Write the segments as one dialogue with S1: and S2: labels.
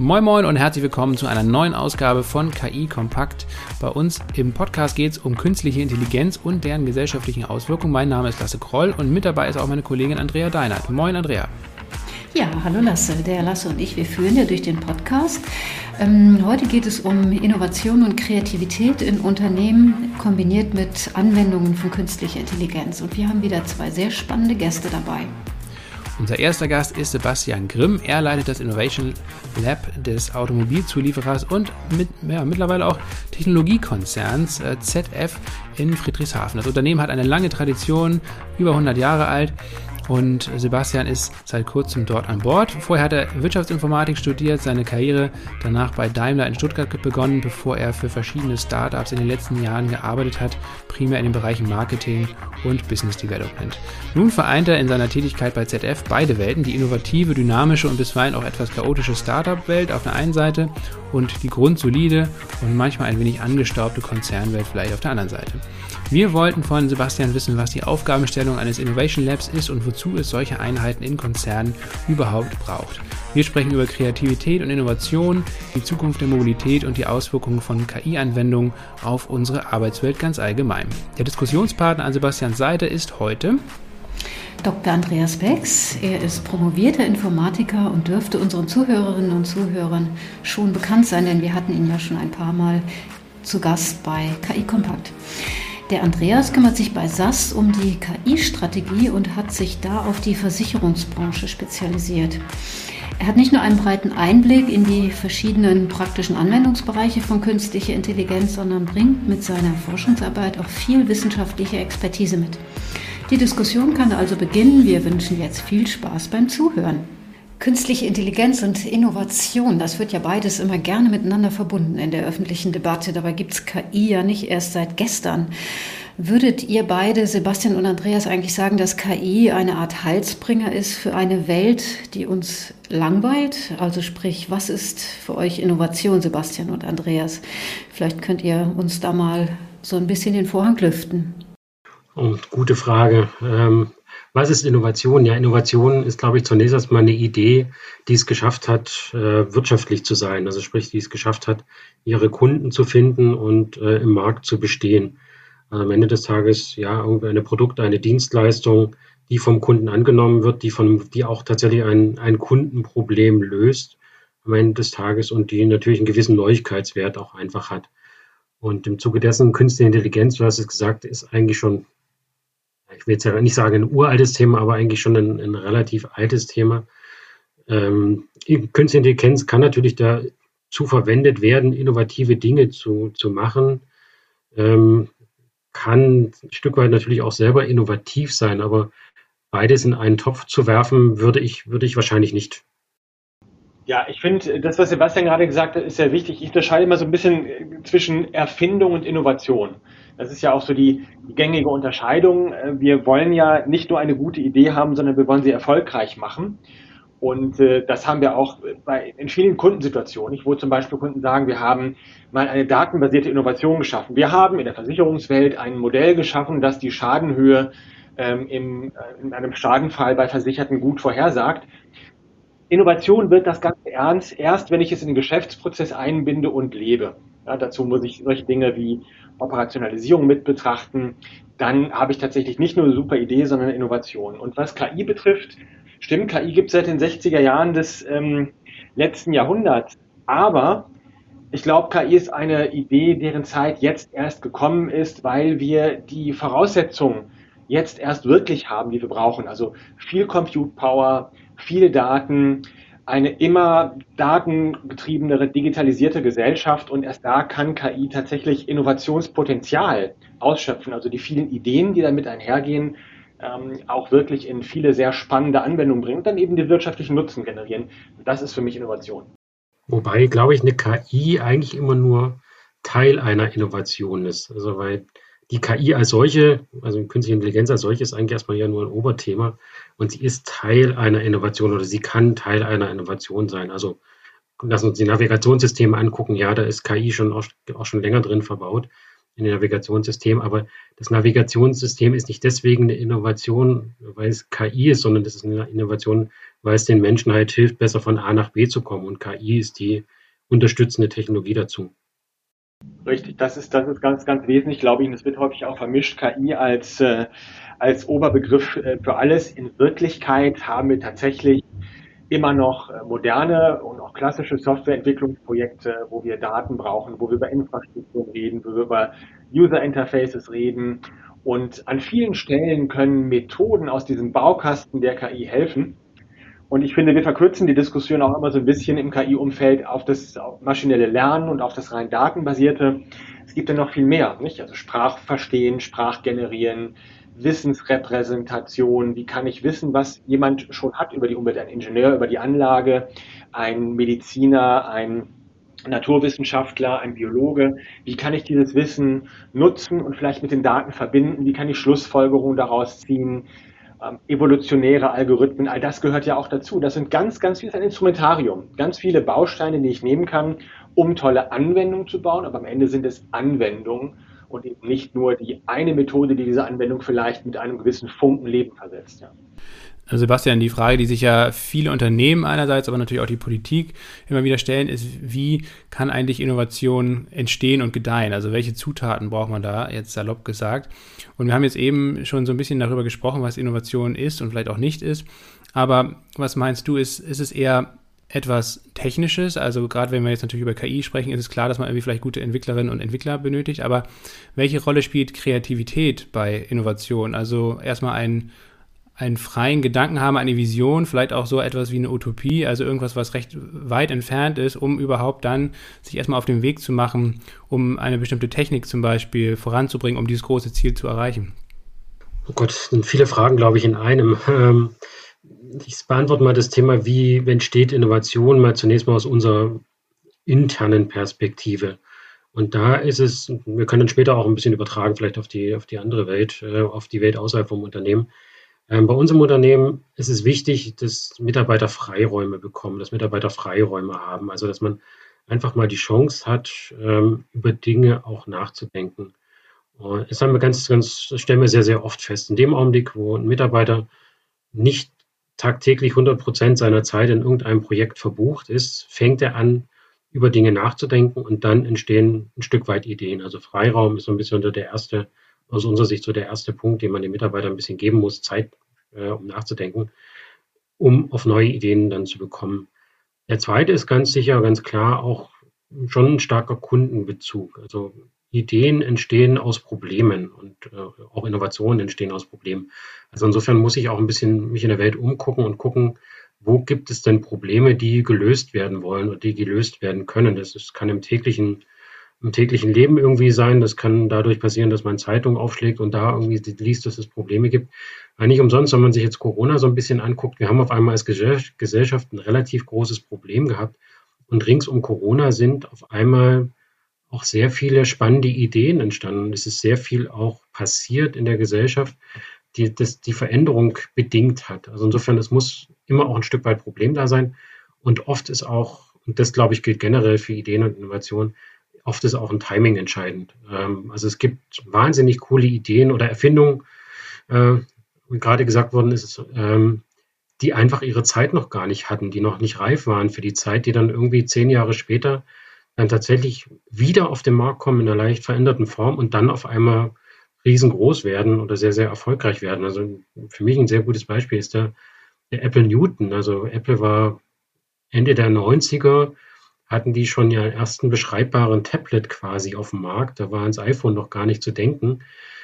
S1: Moin Moin und herzlich willkommen zu einer neuen Ausgabe von KI Kompakt. Bei uns im Podcast geht es um künstliche Intelligenz und deren gesellschaftlichen Auswirkungen. Mein Name ist Lasse Kroll und mit dabei ist auch meine Kollegin Andrea Deinert. Moin Andrea.
S2: Ja, hallo Lasse. Der Lasse und ich, wir führen ja durch den Podcast. Heute geht es um Innovation und Kreativität in Unternehmen kombiniert mit Anwendungen von künstlicher Intelligenz. Und wir haben wieder zwei sehr spannende Gäste dabei.
S1: Unser erster Gast ist Sebastian Grimm. Er leitet das Innovation Lab des Automobilzulieferers und mittlerweile auch Technologiekonzerns ZF in Friedrichshafen. Das Unternehmen hat eine lange Tradition, über 100 Jahre alt. Und Sebastian ist seit kurzem dort an Bord. Vorher hat er Wirtschaftsinformatik studiert, seine Karriere danach bei Daimler in Stuttgart begonnen, bevor er für verschiedene Startups in den letzten Jahren gearbeitet hat, primär in den Bereichen Marketing und Business Development. Nun vereint er in seiner Tätigkeit bei ZF beide Welten, die innovative, dynamische und bisweilen auch etwas chaotische Startup-Welt auf der einen Seite und die grundsolide und manchmal ein wenig angestaubte Konzernwelt vielleicht auf der anderen Seite. Wir wollten von Sebastian wissen, was die Aufgabenstellung eines Innovation Labs ist und wozu es solche Einheiten in Konzernen überhaupt braucht. Wir sprechen über Kreativität und Innovation, die Zukunft der Mobilität und die Auswirkungen von KI-Anwendungen auf unsere Arbeitswelt ganz allgemein. Der Diskussionspartner an Sebastians Seite ist heute
S2: Dr. Andreas Becks. Er ist promovierter Informatiker und dürfte unseren Zuhörerinnen und Zuhörern schon bekannt sein, denn wir hatten ihn ja schon ein paar Mal zu Gast bei KI Kompakt. Der Andreas kümmert sich bei SAS um die KI-Strategie und hat sich da auf die Versicherungsbranche spezialisiert. Er hat nicht nur einen breiten Einblick in die verschiedenen praktischen Anwendungsbereiche von künstlicher Intelligenz, sondern bringt mit seiner Forschungsarbeit auch viel wissenschaftliche Expertise mit. Die Diskussion kann also beginnen. Wir wünschen jetzt viel Spaß beim Zuhören. Künstliche Intelligenz und Innovation, das wird ja beides immer gerne miteinander verbunden in der öffentlichen Debatte. Dabei gibt es KI ja nicht erst seit gestern. Würdet ihr beide, Sebastian und Andreas, eigentlich sagen, dass KI eine Art Heilsbringer ist für eine Welt, die uns langweilt? Also sprich, was ist für euch Innovation, Sebastian und Andreas? Vielleicht könnt ihr uns da mal so ein bisschen den Vorhang lüften.
S3: Oh, gute Frage. Was ist Innovation? Ja, Innovation ist, glaube ich, zunächst erstmal eine Idee, die es geschafft hat, wirtschaftlich zu sein. Also sprich, die es geschafft hat, ihre Kunden zu finden und im Markt zu bestehen. Also am Ende des Tages, ja, irgendwie eine Produkt, eine Dienstleistung, die vom Kunden angenommen wird, die auch tatsächlich ein Kundenproblem löst am Ende des Tages und die natürlich einen gewissen Neuigkeitswert auch einfach hat. Und im Zuge dessen, künstliche Intelligenz, du hast es gesagt, ist eigentlich schon, ich will jetzt ja nicht sagen ein uraltes Thema, aber eigentlich schon ein relativ altes Thema. Künstliche Intelligenz kann natürlich dazu verwendet werden, innovative Dinge zu machen, kann ein Stück weit natürlich auch selber innovativ sein, aber beides in einen Topf zu werfen, würde ich wahrscheinlich nicht.
S4: Ja, ich finde, das, was Sebastian gerade gesagt hat, ist sehr wichtig. Ich unterscheide immer so ein bisschen zwischen Erfindung und Innovation. Das ist ja auch so die gängige Unterscheidung. Wir wollen ja nicht nur eine gute Idee haben, sondern wir wollen sie erfolgreich machen. Und das haben wir auch in vielen Kundensituationen, wo zum Beispiel Kunden sagen, wir haben mal eine datenbasierte Innovation geschaffen. Wir haben in der Versicherungswelt ein Modell geschaffen, das die Schadenhöhe in einem Schadenfall bei Versicherten gut vorhersagt. Innovation wird das Ganze ernst, erst wenn ich es in den Geschäftsprozess einbinde und lebe. Ja, dazu muss ich solche Dinge wie Operationalisierung mit betrachten. Dann habe ich tatsächlich nicht nur eine super Idee, sondern eine Innovation. Und was KI betrifft, stimmt, KI gibt es seit den 60er Jahren des letzten Jahrhunderts. Aber ich glaube, KI ist eine Idee, deren Zeit jetzt erst gekommen ist, weil wir die Voraussetzungen jetzt erst wirklich haben, die wir brauchen. Also viel Compute Power, viele Daten, eine immer datengetriebenere, digitalisierte Gesellschaft und erst da kann KI tatsächlich Innovationspotenzial ausschöpfen, also die vielen Ideen, die damit einhergehen, auch wirklich in viele sehr spannende Anwendungen bringen und dann eben den wirtschaftlichen Nutzen generieren. Das ist für mich Innovation.
S3: Wobei, glaube ich, eine KI eigentlich immer nur Teil einer Innovation ist. Also weil die KI als solche, also künstliche Intelligenz als solche, ist eigentlich erstmal ja nur ein Oberthema und sie ist Teil einer Innovation oder sie kann Teil einer Innovation sein. Also lassen uns die Navigationssysteme angucken, ja, da ist KI auch schon länger drin verbaut. in den Navigationssystemen. Aber das Navigationssystem ist nicht deswegen eine Innovation, weil es KI ist, sondern das ist eine Innovation, weil es den Menschen halt hilft, besser von A nach B zu kommen. Und KI ist die unterstützende Technologie dazu.
S4: Richtig, das ist ganz, ganz wesentlich, glaube ich, und es wird häufig auch vermischt, KI als Oberbegriff für alles. In Wirklichkeit haben wir tatsächlich immer noch moderne und auch klassische Softwareentwicklungsprojekte, wo wir Daten brauchen, wo wir über Infrastruktur reden, wo wir über User Interfaces reden. Und an vielen Stellen können Methoden aus diesem Baukasten der KI helfen. Und ich finde, wir verkürzen die Diskussion auch immer so ein bisschen im KI-Umfeld auf das maschinelle Lernen und auf das rein datenbasierte. Es gibt ja noch viel mehr, nicht? Also Sprachverstehen, Sprachgenerieren, Wissensrepräsentation. Wie kann ich wissen, was jemand schon hat über die Umwelt? Ein Ingenieur über die Anlage, ein Mediziner, ein Naturwissenschaftler, ein Biologe. Wie kann ich dieses Wissen nutzen und vielleicht mit den Daten verbinden? Wie kann ich Schlussfolgerungen daraus ziehen? Evolutionäre Algorithmen, all das gehört ja auch dazu. Das sind ganz, ganz viel, ein Instrumentarium, ganz viele Bausteine, die ich nehmen kann, um tolle Anwendungen zu bauen, aber am Ende sind es Anwendungen und eben nicht nur die eine Methode, die diese Anwendung vielleicht mit einem gewissen Funken Leben versetzt. Ja.
S1: Also Sebastian, die Frage, die sich ja viele Unternehmen einerseits, aber natürlich auch die Politik immer wieder stellen, ist, wie kann eigentlich Innovation entstehen und gedeihen? Also welche Zutaten braucht man da, jetzt salopp gesagt? Und wir haben jetzt eben schon so ein bisschen darüber gesprochen, was Innovation ist und vielleicht auch nicht ist. Aber was meinst du, ist es eher etwas Technisches? Also gerade wenn wir jetzt natürlich über KI sprechen, ist es klar, dass man irgendwie vielleicht gute Entwicklerinnen und Entwickler benötigt. Aber welche Rolle spielt Kreativität bei Innovation? Also erstmal einen freien Gedanken haben, eine Vision, vielleicht auch so etwas wie eine Utopie, also irgendwas, was recht weit entfernt ist, um überhaupt dann sich erstmal auf den Weg zu machen, um eine bestimmte Technik zum Beispiel voranzubringen, um dieses große Ziel zu erreichen.
S3: Oh Gott, das sind viele Fragen, glaube ich, in einem. Ich beantworte mal das Thema, wie entsteht Innovation, mal zunächst mal aus unserer internen Perspektive. Und da ist es, wir können dann später auch ein bisschen übertragen, vielleicht auf die andere Welt, auf die Welt außerhalb vom Unternehmen. Bei uns im Unternehmen ist es wichtig, dass Mitarbeiter Freiräume bekommen, dass Mitarbeiter Freiräume haben. Also, dass man einfach mal die Chance hat, über Dinge auch nachzudenken. Das haben wir stellen wir sehr, sehr oft fest. In dem Augenblick, wo ein Mitarbeiter nicht tagtäglich 100% seiner Zeit in irgendeinem Projekt verbucht ist, fängt er an, über Dinge nachzudenken und dann entstehen ein Stück weit Ideen. Also Freiraum ist so ein bisschen aus unserer Sicht so der erste Punkt, den man den Mitarbeitern ein bisschen geben muss, Zeit, um nachzudenken, um auf neue Ideen dann zu bekommen. Der zweite ist ganz sicher, ganz klar auch schon ein starker Kundenbezug. Also Ideen entstehen aus Problemen und auch Innovationen entstehen aus Problemen. Also insofern muss ich auch ein bisschen mich in der Welt umgucken und gucken, wo gibt es denn Probleme, die gelöst werden wollen und die gelöst werden können. Das kann im täglichen Leben irgendwie sein. Das kann dadurch passieren, dass man Zeitung aufschlägt und da irgendwie liest, dass es Probleme gibt. Nicht umsonst, wenn man sich jetzt Corona so ein bisschen anguckt, wir haben auf einmal als Gesellschaft ein relativ großes Problem gehabt. Und rings um Corona sind auf einmal auch sehr viele spannende Ideen entstanden. Es ist sehr viel auch passiert in der Gesellschaft, die Veränderung bedingt hat. Also insofern, es muss immer auch ein Stück weit Problem da sein. Und oft ist auch, und das glaube ich gilt generell für Ideen und Innovationen, oft ist auch ein Timing entscheidend. Also es gibt wahnsinnig coole Ideen oder Erfindungen, wie gerade gesagt worden ist, die einfach ihre Zeit noch gar nicht hatten, die noch nicht reif waren für die Zeit, die dann irgendwie 10 Jahre später dann tatsächlich wieder auf den Markt kommen in einer leicht veränderten Form und dann auf einmal riesengroß werden oder sehr, sehr erfolgreich werden. Also für mich ein sehr gutes Beispiel ist der Apple Newton. Also Apple war Ende der 90er, hatten die schon ihren ersten beschreibbaren Tablet quasi auf dem Markt. Da war ans iPhone noch gar nicht zu denken.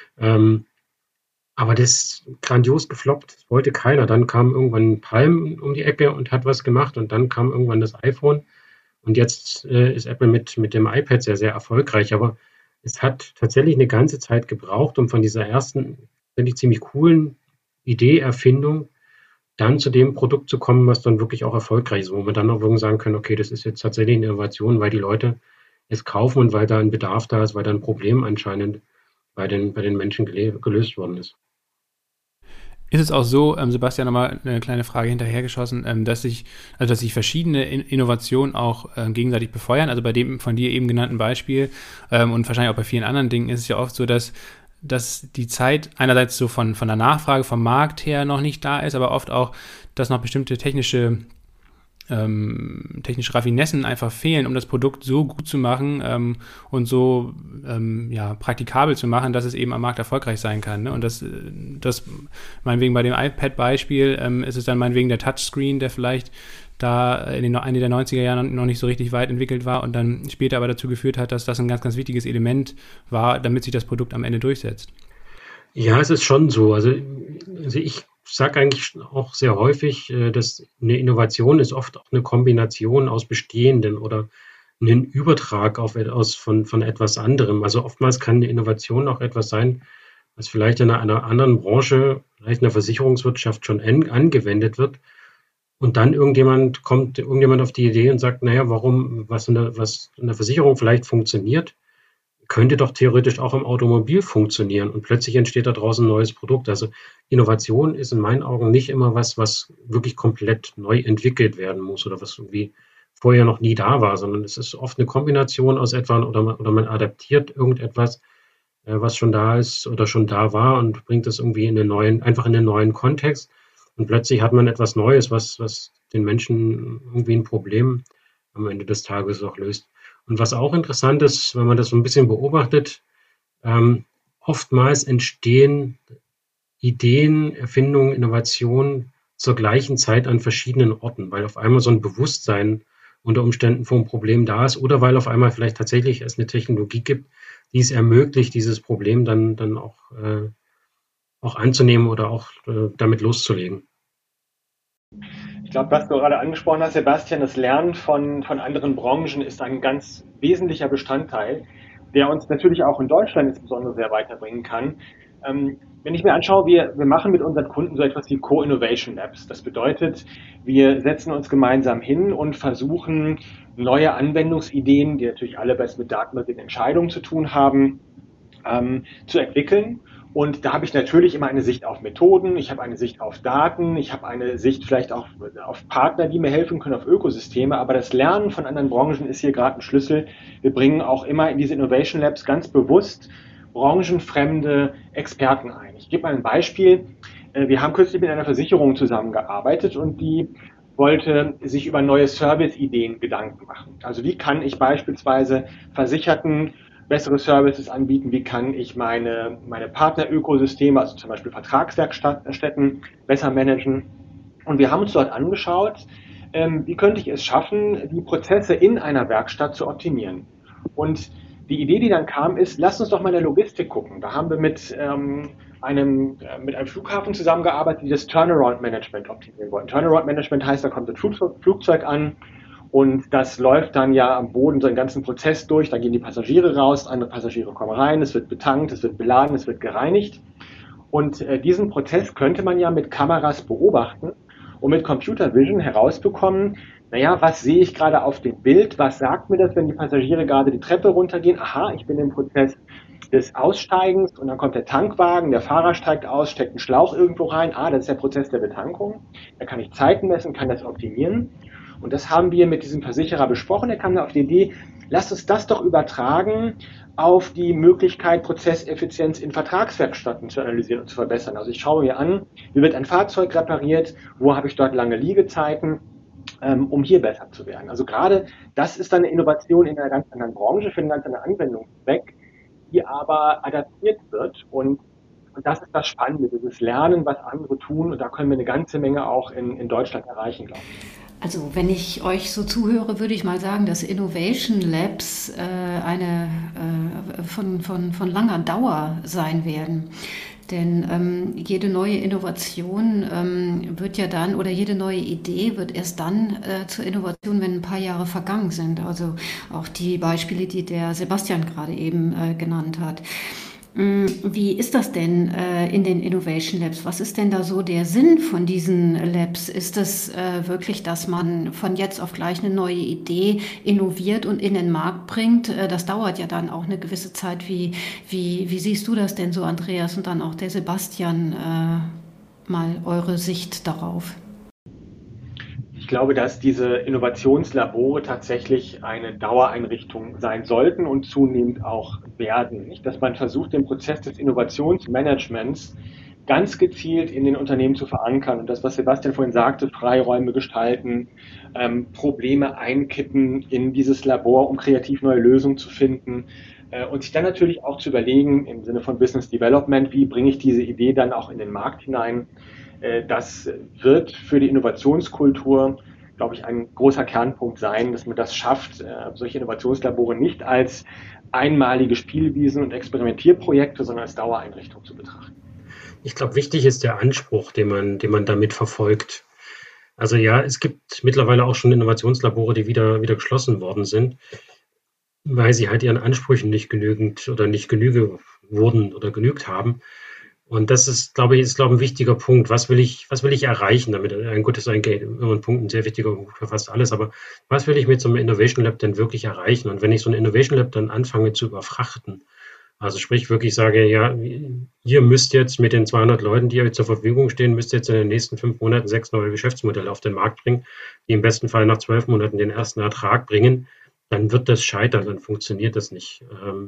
S3: Aber das ist grandios gefloppt. Das wollte keiner. Dann kam irgendwann Palm um die Ecke und hat was gemacht. Und dann kam irgendwann das iPhone. Und jetzt ist Apple mit dem iPad sehr, sehr erfolgreich. Aber es hat tatsächlich eine ganze Zeit gebraucht, um von dieser ersten, finde ich, ziemlich coolen Idee, Erfindung, dann zu dem Produkt zu kommen, was dann wirklich auch erfolgreich ist, wo man dann auch wirklich sagen kann, okay, das ist jetzt tatsächlich eine Innovation, weil die Leute es kaufen und weil da ein Bedarf da ist, weil da ein Problem anscheinend bei den Menschen gelöst worden ist.
S1: Ist es auch so, Sebastian, nochmal eine kleine Frage hinterhergeschossen, dass sich verschiedene Innovationen auch gegenseitig befeuern? Also bei dem von dir eben genannten Beispiel und wahrscheinlich auch bei vielen anderen Dingen ist es ja oft so, dass die Zeit einerseits so von der Nachfrage vom Markt her noch nicht da ist, aber oft auch, dass noch bestimmte technische Raffinessen einfach fehlen, um das Produkt so gut zu machen und so praktikabel zu machen, dass es eben am Markt erfolgreich sein kann. Ne? Und das meinetwegen bei dem iPad-Beispiel ist es dann meinetwegen der Touchscreen, der vielleicht da in Ende der 90er Jahre noch nicht so richtig weit entwickelt war und dann später aber dazu geführt hat, dass das ein ganz, ganz wichtiges Element war, damit sich das Produkt am Ende durchsetzt.
S3: Ja, es ist schon so. Also ich sage eigentlich auch sehr häufig, dass eine Innovation ist oft auch eine Kombination aus Bestehenden oder einen Übertrag von etwas anderem. Also oftmals kann eine Innovation auch etwas sein, was vielleicht in einer anderen Branche, vielleicht in der Versicherungswirtschaft schon angewendet wird. Und dann kommt irgendjemand auf die Idee und sagt, naja, was in der Versicherung vielleicht funktioniert, könnte doch theoretisch auch im Automobil funktionieren und plötzlich entsteht da draußen ein neues Produkt. Also Innovation ist in meinen Augen nicht immer was wirklich komplett neu entwickelt werden muss oder was irgendwie vorher noch nie da war, sondern es ist oft eine Kombination aus etwas oder man adaptiert irgendetwas, was schon da ist oder schon da war und bringt das irgendwie einfach in einen neuen Kontext und plötzlich hat man etwas Neues, was den Menschen irgendwie ein Problem am Ende des Tages auch löst. Und was auch interessant ist, wenn man das so ein bisschen beobachtet, oftmals entstehen Ideen, Erfindungen, Innovationen zur gleichen Zeit an verschiedenen Orten, weil auf einmal so ein Bewusstsein unter Umständen vor einem Problem da ist oder weil auf einmal vielleicht tatsächlich es eine Technologie gibt, die es ermöglicht, dieses Problem dann auch anzunehmen oder auch damit loszulegen.
S4: Ich glaube, was du gerade angesprochen hast, Sebastian, das Lernen von anderen Branchen ist ein ganz wesentlicher Bestandteil, der uns natürlich auch in Deutschland insbesondere sehr weiterbringen kann. Wenn ich mir anschaue, wir machen mit unseren Kunden so etwas wie Co-Innovation Labs. Das bedeutet, wir setzen uns gemeinsam hin und versuchen, neue Anwendungsideen, die natürlich alle was mit datenbasierten Entscheidungen zu tun haben, zu entwickeln. Und da habe ich natürlich immer eine Sicht auf Methoden, ich habe eine Sicht auf Daten, ich habe eine Sicht vielleicht auch auf Partner, die mir helfen können, auf Ökosysteme. Aber das Lernen von anderen Branchen ist hier gerade ein Schlüssel. Wir bringen auch immer in diese Innovation Labs ganz bewusst branchenfremde Experten ein. Ich gebe mal ein Beispiel. Wir haben kürzlich mit einer Versicherung zusammengearbeitet und die wollte sich über neue Service-Ideen Gedanken machen. Also wie kann ich beispielsweise Versicherten bessere Services anbieten, wie kann ich meine Partnerökosysteme, also zum Beispiel Vertragswerkstätten, besser managen. Und wir haben uns dort angeschaut, wie könnte ich es schaffen, die Prozesse in einer Werkstatt zu optimieren. Und die Idee, die dann kam, ist, lass uns doch mal in der Logistik gucken. Da haben wir mit einem Flughafen zusammengearbeitet, die das Turnaround Management optimieren wollten. Turnaround Management heißt, da kommt das Flugzeug an, und das läuft dann ja am Boden so einen ganzen Prozess durch. Da gehen die Passagiere raus, andere Passagiere kommen rein, es wird betankt, es wird beladen, es wird gereinigt. Und diesen Prozess könnte man ja mit Kameras beobachten und mit Computer Vision herausbekommen, naja, was sehe ich gerade auf dem Bild? Was sagt mir das, wenn die Passagiere gerade die Treppe runtergehen? Aha, ich bin im Prozess des Aussteigens und dann kommt der Tankwagen, der Fahrer steigt aus, steckt einen Schlauch irgendwo rein. Ah, das ist der Prozess der Betankung. Da kann ich Zeiten messen, kann das optimieren. Und das haben wir mit diesem Versicherer besprochen. Er kam da auf die Idee, lasst uns das doch übertragen auf die Möglichkeit, Prozesseffizienz in Vertragswerkstätten zu analysieren und zu verbessern. Also ich schaue mir an, wie wird ein Fahrzeug repariert, wo habe ich dort lange Liegezeiten, um hier besser zu werden. Also gerade das ist dann eine Innovation in einer ganz anderen Branche, für einen ganz anderen Anwendungszweck, die aber adaptiert wird. Und das ist das Spannende, dieses Lernen, was andere tun. Und da können wir eine ganze Menge auch in Deutschland erreichen, glaube ich.
S2: Also wenn ich euch so zuhöre, würde ich mal sagen, dass Innovation Labs von langer Dauer sein werden. Denn jede neue Innovation wird ja dann, oder jede neue Idee wird erst dann zur Innovation, wenn ein paar Jahre vergangen sind. Also auch die Beispiele, die der Sebastian gerade eben genannt hat. Wie ist das denn in den Innovation Labs? Was ist denn da so der Sinn von diesen Labs? Ist es wirklich, dass man von jetzt auf gleich eine neue Idee innoviert und in den Markt bringt? Das dauert ja dann auch eine gewisse Zeit. Wie siehst du das denn so, Andreas, und dann auch der Sebastian? mal eure Sicht darauf?
S4: Ich glaube, dass diese Innovationslabore tatsächlich eine Dauereinrichtung sein sollten und zunehmend auch werden. Nicht? Dass man versucht, den Prozess des Innovationsmanagements ganz gezielt in den Unternehmen zu verankern. Und das, was Sebastian vorhin sagte, Freiräume gestalten, Probleme einkippen in dieses Labor, um kreativ neue Lösungen zu finden. Und sich dann natürlich auch zu überlegen, im Sinne von Business Development, wie bringe ich diese Idee dann auch in den Markt hinein. Das wird für die Innovationskultur, glaube ich, ein großer Kernpunkt sein, dass man das schafft, solche Innovationslabore nicht als einmalige Spielwiesen und Experimentierprojekte, sondern als Dauereinrichtung zu betrachten.
S3: Ich glaube, wichtig ist der Anspruch, den man damit verfolgt. Also ja, es gibt mittlerweile auch schon Innovationslabore, die wieder geschlossen worden sind, weil sie halt ihren Ansprüchen nicht genügend oder nicht genüge wurden oder genügt haben. Und das ist, glaube ich, ein wichtiger Punkt. Was will ich erreichen damit? Gut, das ist eigentlich immer ein Punkt, ein sehr wichtiger Punkt für fast alles. Aber was will ich mit so einem Innovation Lab denn wirklich erreichen? Und wenn ich so ein Innovation Lab dann anfange zu überfrachten, also sprich wirklich sage, ja, ihr müsst jetzt mit den 200 Leuten, die euch zur Verfügung stehen, müsst jetzt in den nächsten 5 Monaten 6 neue Geschäftsmodelle auf den Markt bringen, die im besten Fall nach 12 Monaten den ersten Ertrag bringen, dann wird das scheitern, dann funktioniert das nicht.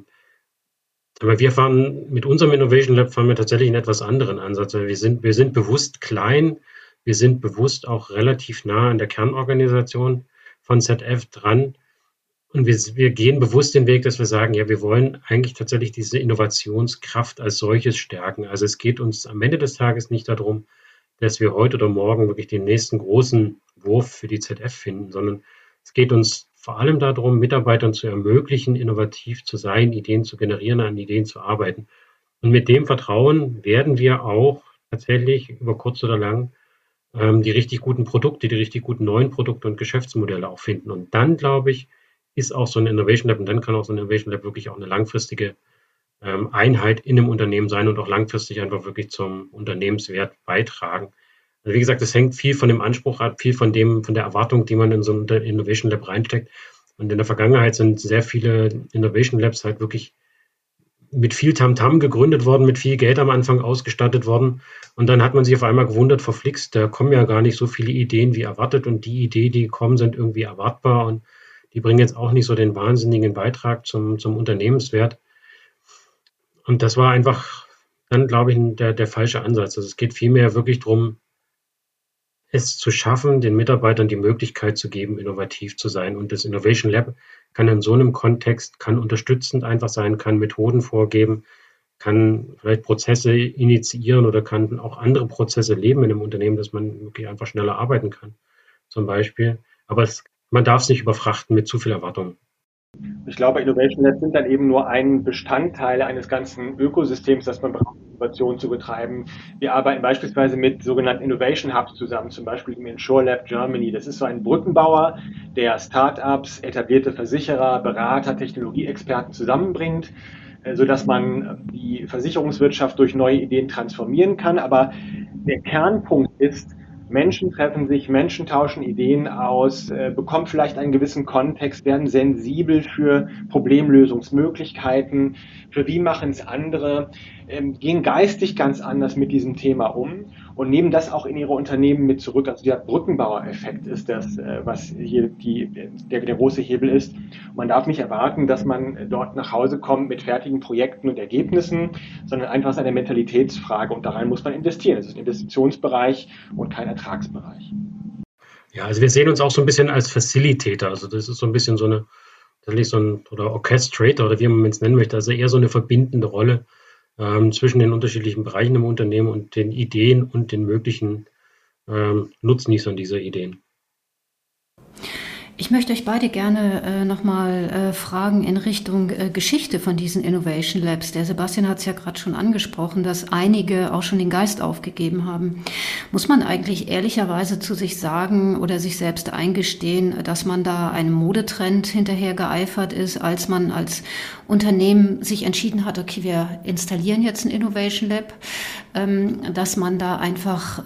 S3: Aber wir fahren mit unserem Innovation Lab tatsächlich einen etwas anderen Ansatz. Wir sind bewusst klein, wir sind bewusst auch relativ nah an der Kernorganisation von ZF dran. Und wir gehen bewusst den Weg, dass wir sagen, ja, wir wollen eigentlich tatsächlich diese Innovationskraft als solches stärken. Also es geht uns am Ende des Tages nicht darum, dass wir heute oder morgen wirklich den nächsten großen Wurf für die ZF finden, sondern es geht uns vor allem darum, Mitarbeitern zu ermöglichen, innovativ zu sein, Ideen zu generieren, an Ideen zu arbeiten. Und mit dem Vertrauen werden wir auch tatsächlich über kurz oder lang die richtig guten Produkte, die richtig guten neuen Produkte und Geschäftsmodelle auch finden. Und dann, glaube ich, ist auch so ein Innovation Lab und dann kann auch so ein Innovation Lab wirklich auch eine langfristige Einheit in einem Unternehmen sein und auch langfristig einfach wirklich zum Unternehmenswert beitragen. Also wie gesagt, das hängt viel von dem Anspruch ab, viel von der Erwartung, die man in so ein Innovation Lab reinsteckt. Und in der Vergangenheit sind sehr viele Innovation Labs halt wirklich mit viel Tamtam gegründet worden, mit viel Geld am Anfang ausgestattet worden. Und dann hat man sich auf einmal gewundert, verflixt, da kommen ja gar nicht so viele Ideen wie erwartet. Und die Ideen, die kommen, sind irgendwie erwartbar und die bringen jetzt auch nicht so den wahnsinnigen Beitrag zum Unternehmenswert. Und das war einfach dann, glaube ich, der falsche Ansatz. Also es geht vielmehr wirklich darum, es zu schaffen, den Mitarbeitern die Möglichkeit zu geben, innovativ zu sein. Und das Innovation Lab kann in so einem Kontext, kann unterstützend einfach sein, kann Methoden vorgeben, kann vielleicht Prozesse initiieren oder kann auch andere Prozesse leben in einem Unternehmen, dass man wirklich einfach schneller arbeiten kann, zum Beispiel. Aber man darf es nicht überfrachten mit zu viel Erwartung.
S4: Ich glaube, Innovation Labs sind dann eben nur ein Bestandteil eines ganzen Ökosystems, das man braucht, Innovation zu betreiben. Wir arbeiten beispielsweise mit sogenannten Innovation Hubs zusammen, zum Beispiel im Insure Lab Germany. Das ist so ein Brückenbauer, der Startups, etablierte Versicherer, Berater, Technologieexperten zusammenbringt, sodass man die Versicherungswirtschaft durch neue Ideen transformieren kann. Aber der Kernpunkt ist, Menschen treffen sich, Menschen tauschen Ideen aus, bekommen vielleicht einen gewissen Kontext, werden sensibel für Problemlösungsmöglichkeiten, für wie machen es andere, gehen geistig ganz anders mit diesem Thema um und nehmen das auch in ihre Unternehmen mit zurück. Also der Brückenbauer-Effekt ist das, was hier der große Hebel ist. Man darf nicht erwarten, dass man dort nach Hause kommt mit fertigen Projekten und Ergebnissen, sondern einfach eine Mentalitätsfrage und daran muss man investieren. Es ist ein Investitionsbereich und kein Ertragsbereich.
S3: Ja, also wir sehen uns auch so ein bisschen als Facilitator. Also das ist so ein bisschen oder Orchestrator oder wie man es nennen möchte. Also eher so eine verbindende Rolle zwischen den unterschiedlichen Bereichen im Unternehmen und den Ideen und den möglichen Nutznießern dieser Ideen.
S2: Ich möchte euch beide gerne nochmal fragen in Richtung Geschichte von diesen Innovation Labs. Der Sebastian hat es ja gerade schon angesprochen, dass einige auch schon den Geist aufgegeben haben. Muss man eigentlich ehrlicherweise zu sich sagen oder sich selbst eingestehen, dass man da einem Modetrend hinterher geeifert ist, als man als Unternehmen sich entschieden hat, okay, wir installieren jetzt ein Innovation Lab, dass man da einfach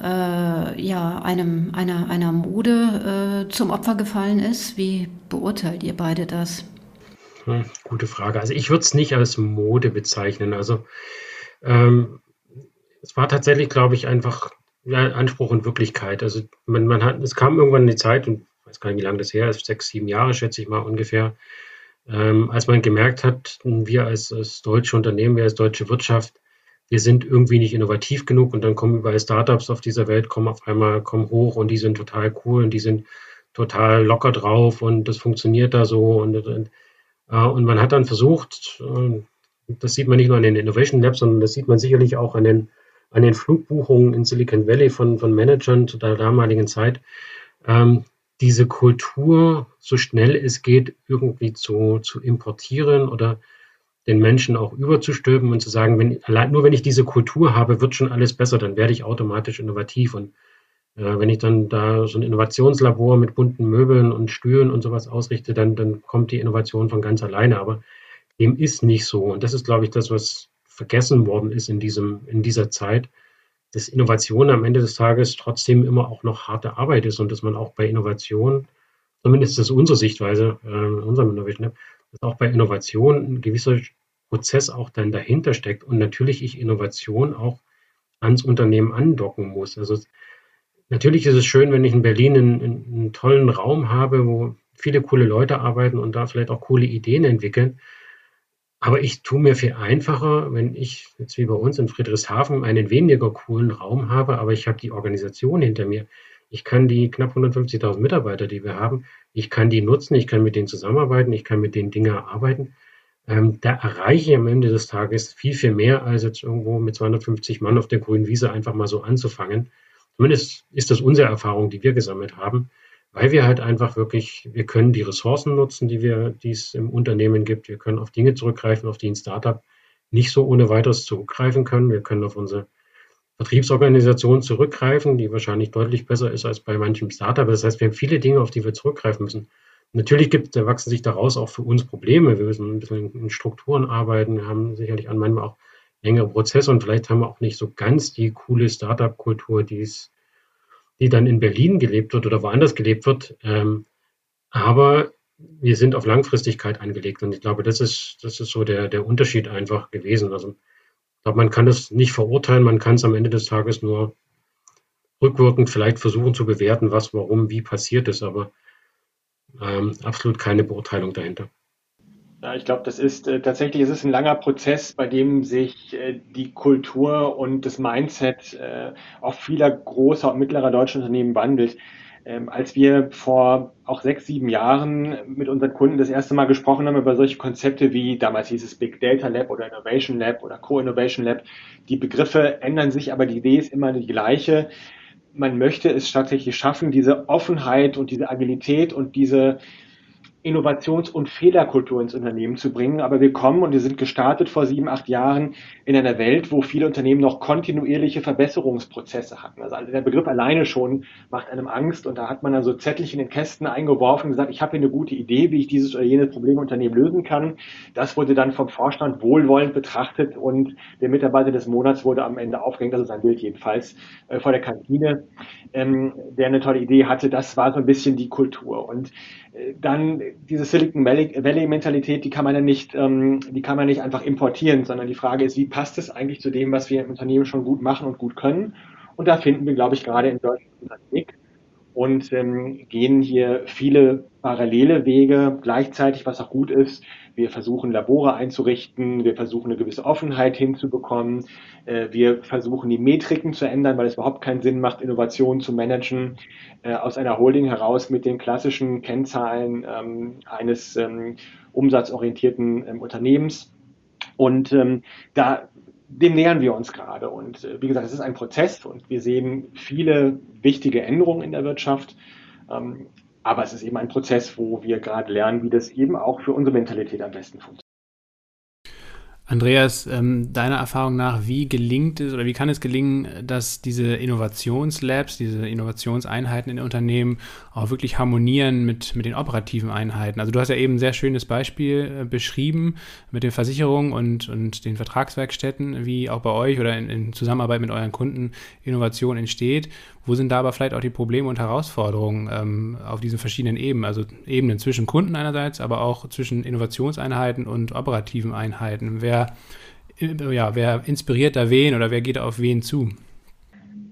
S2: einer Mode zum Opfer gefallen ist? Wie beurteilt ihr beide das?
S3: Gute Frage. Also ich würde es nicht als Mode bezeichnen. Also es war tatsächlich, glaube ich, einfach ja, Anspruch und Wirklichkeit. Also es kam irgendwann eine Zeit, und ich weiß gar nicht, wie lange das her ist, 6, 7 Jahre, schätze ich mal ungefähr, als man gemerkt hat, wir als deutsche Unternehmen, wir als deutsche Wirtschaft, wir sind irgendwie nicht innovativ genug, und dann kommen überall Startups auf dieser Welt, kommen hoch, und die sind total cool und die sind total locker drauf und das funktioniert da so, und man hat dann versucht, das sieht man nicht nur an den Innovation Labs, sondern das sieht man sicherlich auch an den Flugbuchungen in Silicon Valley von Managern zu der damaligen Zeit, diese Kultur so schnell es geht irgendwie zu importieren oder den Menschen auch überzustülpen und zu sagen, nur wenn ich diese Kultur habe, wird schon alles besser, dann werde ich automatisch innovativ. Und wenn ich dann da so ein Innovationslabor mit bunten Möbeln und Stühlen und sowas ausrichte, dann kommt die Innovation von ganz alleine. Aber dem ist nicht so. Und das ist, glaube ich, das, was vergessen worden ist in dieser Zeit, dass Innovation am Ende des Tages trotzdem immer auch noch harte Arbeit ist und dass man auch bei Innovation, zumindest ist das unsere Sichtweise, in unserem Innovation Lab, dass auch bei Innovation ein gewisser Prozess auch dann dahinter steckt und natürlich ich Innovation auch ans Unternehmen andocken muss. Also natürlich ist es schön, wenn ich in Berlin einen tollen Raum habe, wo viele coole Leute arbeiten und da vielleicht auch coole Ideen entwickeln. Aber ich tue mir viel einfacher, wenn ich jetzt wie bei uns in Friedrichshafen einen weniger coolen Raum habe, aber ich habe die Organisation hinter mir. Ich kann die knapp 150.000 Mitarbeiter, die wir haben, ich kann die nutzen, ich kann mit denen zusammenarbeiten, ich kann mit denen Dinge erarbeiten. Da erreiche ich am Ende des Tages viel, viel mehr, als jetzt irgendwo mit 250 Mann auf der grünen Wiese einfach mal so anzufangen. Zumindest ist das unsere Erfahrung, die wir gesammelt haben, weil wir halt einfach wirklich, wir können die Ressourcen nutzen, die es im Unternehmen gibt. Wir können auf Dinge zurückgreifen, auf die ein Startup nicht so ohne weiteres zurückgreifen können. Wir können auf unsere Vertriebsorganisation zurückgreifen, die wahrscheinlich deutlich besser ist als bei manchem Startup. Das heißt, wir haben viele Dinge, auf die wir zurückgreifen müssen. Natürlich erwachsen sich daraus auch für uns Probleme. Wir müssen ein bisschen in Strukturen arbeiten. Wir haben sicherlich manchmal auch längere Prozesse und vielleicht haben wir auch nicht so ganz die coole Startup-Kultur, die dann in Berlin gelebt wird oder woanders gelebt wird. Aber wir sind auf Langfristigkeit angelegt und ich glaube, das ist so der Unterschied einfach gewesen. Also ich glaube, man kann das nicht verurteilen, man kann es am Ende des Tages nur rückwirkend vielleicht versuchen zu bewerten, was, warum, wie passiert ist, aber absolut keine Beurteilung dahinter.
S4: Ja, ich glaube, das ist tatsächlich, es ist ein langer Prozess, bei dem sich die Kultur und das Mindset auch vieler großer und mittlerer deutscher Unternehmen wandelt. Als wir vor auch 6, 7 Jahren mit unseren Kunden das erste Mal gesprochen haben über solche Konzepte wie, damals hieß es Big Data Lab oder Innovation Lab oder Co-Innovation Lab, die Begriffe ändern sich, aber die Idee ist immer die gleiche. Man möchte es tatsächlich schaffen, diese Offenheit und diese Agilität und diese Innovations- und Fehlerkultur ins Unternehmen zu bringen. Aber wir kommen und wir sind gestartet vor 7, 8 Jahren in einer Welt, wo viele Unternehmen noch kontinuierliche Verbesserungsprozesse hatten. Also der Begriff alleine schon macht einem Angst und da hat man dann so Zettelchen in den Kästen eingeworfen und gesagt, ich habe hier eine gute Idee, wie ich dieses oder jenes Problem im Unternehmen lösen kann. Das wurde dann vom Vorstand wohlwollend betrachtet und der Mitarbeiter des Monats wurde am Ende aufgehängt, das ist ein Bild jedenfalls, vor der Kantine, der eine tolle Idee hatte. Das war so ein bisschen die Kultur. Und dann diese Silicon Valley Mentalität, die kann man nicht einfach importieren, sondern die Frage ist, wie passt es eigentlich zu dem, was wir im Unternehmen schon gut machen und gut können? Und da finden wir, glaube ich, gerade in Deutschland unseren Weg und gehen hier viele parallele Wege gleichzeitig, was auch gut ist. Wir versuchen Labore einzurichten, wir versuchen eine gewisse Offenheit hinzubekommen, wir versuchen die Metriken zu ändern, weil es überhaupt keinen Sinn macht, Innovationen zu managen aus einer Holding heraus mit den klassischen Kennzahlen eines umsatzorientierten Unternehmens. Und dem nähern wir uns gerade. Und wie gesagt, es ist ein Prozess und wir sehen viele wichtige Änderungen in der Wirtschaft. Aber es ist eben ein Prozess, wo wir gerade lernen, wie das eben auch für unsere Mentalität am besten funktioniert.
S1: Andreas, deiner Erfahrung nach, wie gelingt es oder wie kann es gelingen, dass diese Innovationslabs, diese Innovationseinheiten in Unternehmen auch wirklich harmonieren mit den operativen Einheiten? Also du hast ja eben ein sehr schönes Beispiel beschrieben mit den Versicherungen und den Vertragswerkstätten, wie auch bei euch oder in Zusammenarbeit mit euren Kunden Innovation entsteht. Wo sind da aber vielleicht auch die Probleme und Herausforderungen auf diesen verschiedenen Ebenen? Also Ebenen zwischen Kunden einerseits, aber auch zwischen Innovationseinheiten und operativen Einheiten. Wer inspiriert da wen oder wer geht auf wen zu?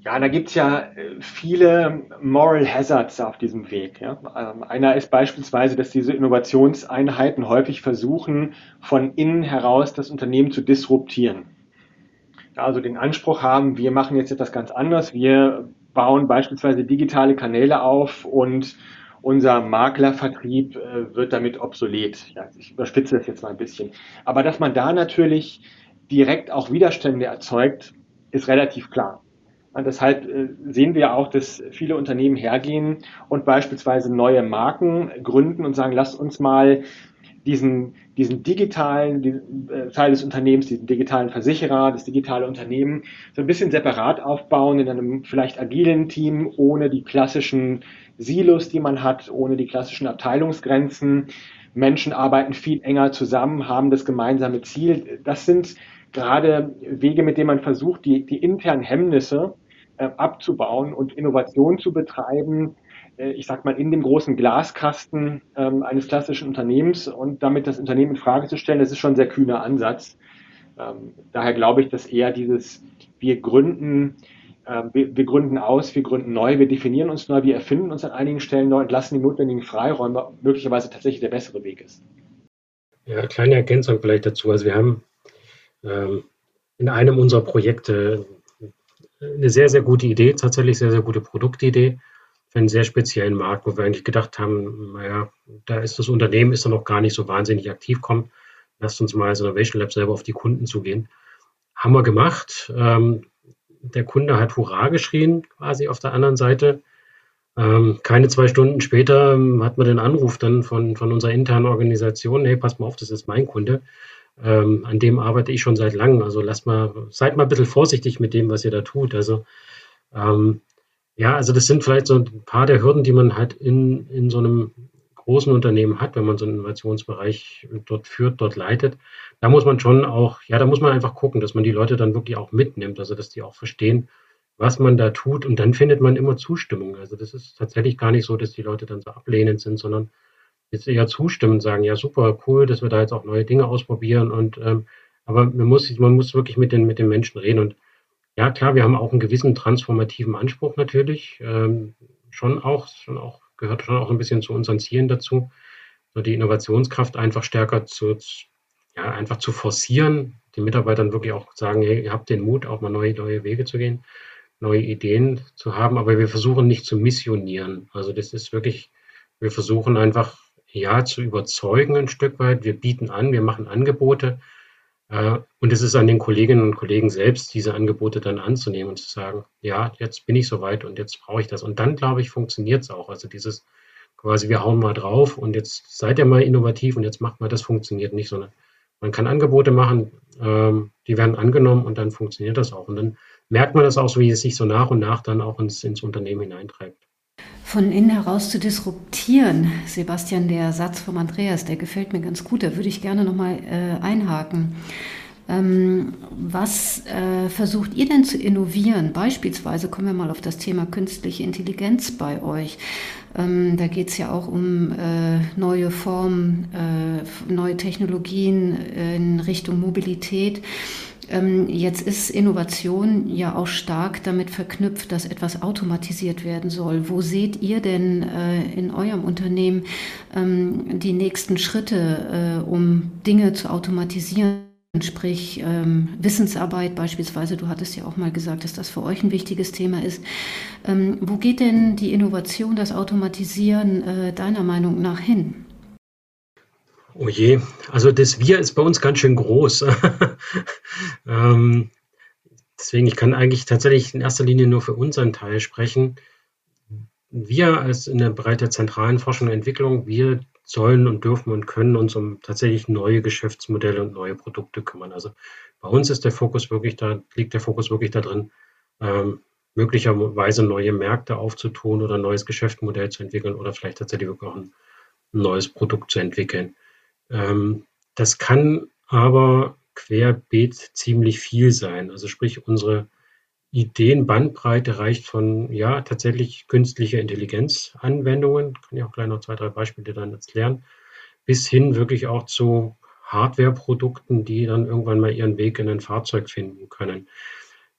S4: Ja, da gibt's ja viele Moral Hazards auf diesem Weg. Ja. Einer ist beispielsweise, dass diese Innovationseinheiten häufig versuchen, von innen heraus das Unternehmen zu disruptieren. Ja, also den Anspruch haben, wir machen jetzt etwas ganz anderes. Wir bauen beispielsweise digitale Kanäle auf und unser Maklervertrieb wird damit obsolet. Ja, ich überspitze das jetzt mal ein bisschen. Aber dass man da natürlich direkt auch Widerstände erzeugt, ist relativ klar. Und deshalb sehen wir auch, dass viele Unternehmen hergehen und beispielsweise neue Marken gründen und sagen, lasst uns mal diesen digitalen Teil des Unternehmens, diesen digitalen Versicherer, das digitale Unternehmen, so ein bisschen separat aufbauen in einem vielleicht agilen Team, ohne die klassischen Silos, die man hat, ohne die klassischen Abteilungsgrenzen. Menschen arbeiten viel enger zusammen, haben das gemeinsame Ziel. Das sind gerade Wege, mit denen man versucht, die internen Hemmnisse abzubauen und Innovation zu betreiben, ich sag mal, in dem großen Glaskasten eines klassischen Unternehmens und damit das Unternehmen in Frage zu stellen, das ist schon ein sehr kühner Ansatz. Daher glaube ich, dass eher dieses wir gründen, wir gründen aus, wir gründen neu, wir definieren uns neu, wir erfinden uns an einigen Stellen neu und lassen die notwendigen Freiräume möglicherweise tatsächlich der bessere Weg ist.
S3: Ja, kleine Ergänzung vielleicht dazu. Also wir haben in einem unserer Projekte eine sehr, sehr gute Idee, tatsächlich sehr, sehr gute Produktidee für einen sehr speziellen Markt, wo wir eigentlich gedacht haben, naja, da ist das Unternehmen ist da noch gar nicht so wahnsinnig aktiv, komm, lasst uns mal als Innovation Lab selber auf die Kunden zugehen. Haben wir gemacht. Der Kunde hat Hurra geschrien, quasi auf der anderen Seite. Keine 2 Stunden später hat man den Anruf dann von unserer internen Organisation, hey, pass mal auf, das ist mein Kunde. An dem arbeite ich schon seit langem. Also seid mal ein bisschen vorsichtig mit dem, was ihr da tut. Also ja, also das sind vielleicht so ein paar der Hürden, die man halt in so einem großen Unternehmen hat, wenn man so einen Innovationsbereich dort führt, dort leitet. Da muss man schon auch, ja, da muss man einfach gucken, dass man die Leute dann wirklich auch mitnimmt, also dass die auch verstehen, was man da tut und dann findet man immer Zustimmung. Also das ist tatsächlich gar nicht so, dass die Leute dann so ablehnend sind, sondern jetzt eher zustimmen und sagen, ja super, cool, dass wir da jetzt auch neue Dinge ausprobieren und aber man muss wirklich mit den Menschen reden und ja klar, wir haben auch einen gewissen transformativen Anspruch natürlich, gehört schon auch ein bisschen zu unseren Zielen dazu, so die Innovationskraft einfach stärker einfach zu forcieren, den Mitarbeitern wirklich auch sagen, hey, ihr habt den Mut, auch mal neue Wege zu gehen, neue Ideen zu haben, aber wir versuchen nicht zu missionieren. Also das ist wirklich, wir versuchen einfach, ja, zu überzeugen ein Stück weit. Wir bieten an, wir machen Angebote und es ist an den Kolleginnen und Kollegen selbst, diese Angebote dann anzunehmen und zu sagen, ja, jetzt bin ich soweit und jetzt brauche ich das. Und dann, glaube ich, funktioniert es auch. Also dieses quasi, wir hauen mal drauf und jetzt seid ihr mal innovativ und jetzt macht mal, das funktioniert nicht, sondern man kann Angebote machen, die werden angenommen und dann funktioniert das auch. Und dann merkt man das auch so, wie es sich so nach und nach dann auch ins Unternehmen hineintreibt.
S2: Von innen heraus zu disruptieren, Sebastian, der Satz von Andreas, der gefällt mir ganz gut, da würde ich gerne nochmal einhaken. Was versucht ihr denn zu innovieren? Beispielsweise kommen wir mal auf das Thema künstliche Intelligenz bei euch. Da geht es ja auch um neue Formen, neue Technologien in Richtung Mobilität. Jetzt ist Innovation ja auch stark damit verknüpft, dass etwas automatisiert werden soll. Wo seht ihr denn in eurem Unternehmen die nächsten Schritte, um Dinge zu automatisieren? Sprich Wissensarbeit beispielsweise, du hattest ja auch mal gesagt, dass das für euch ein wichtiges Thema ist. Wo geht denn die Innovation, das Automatisieren deiner Meinung nach hin?
S3: Oh je, also das Wir ist bei uns ganz schön groß. Deswegen, ich kann eigentlich tatsächlich in erster Linie nur für unseren Teil sprechen. Wir als in der Bereich der zentralen Forschung und Entwicklung, wir sollen und dürfen und können uns um tatsächlich neue Geschäftsmodelle und neue Produkte kümmern. Also bei uns liegt der Fokus wirklich darin, möglicherweise neue Märkte aufzutun oder ein neues Geschäftsmodell zu entwickeln oder vielleicht tatsächlich wirklich auch ein neues Produkt zu entwickeln. Das kann aber querbeet ziemlich viel sein. Also sprich, unsere Ideenbandbreite reicht von, ja, tatsächlich künstliche Intelligenzanwendungen, kann ich auch gleich noch 2, 3 Beispiele dann erklären, bis hin wirklich auch zu Hardwareprodukten, die dann irgendwann mal ihren Weg in ein Fahrzeug finden können.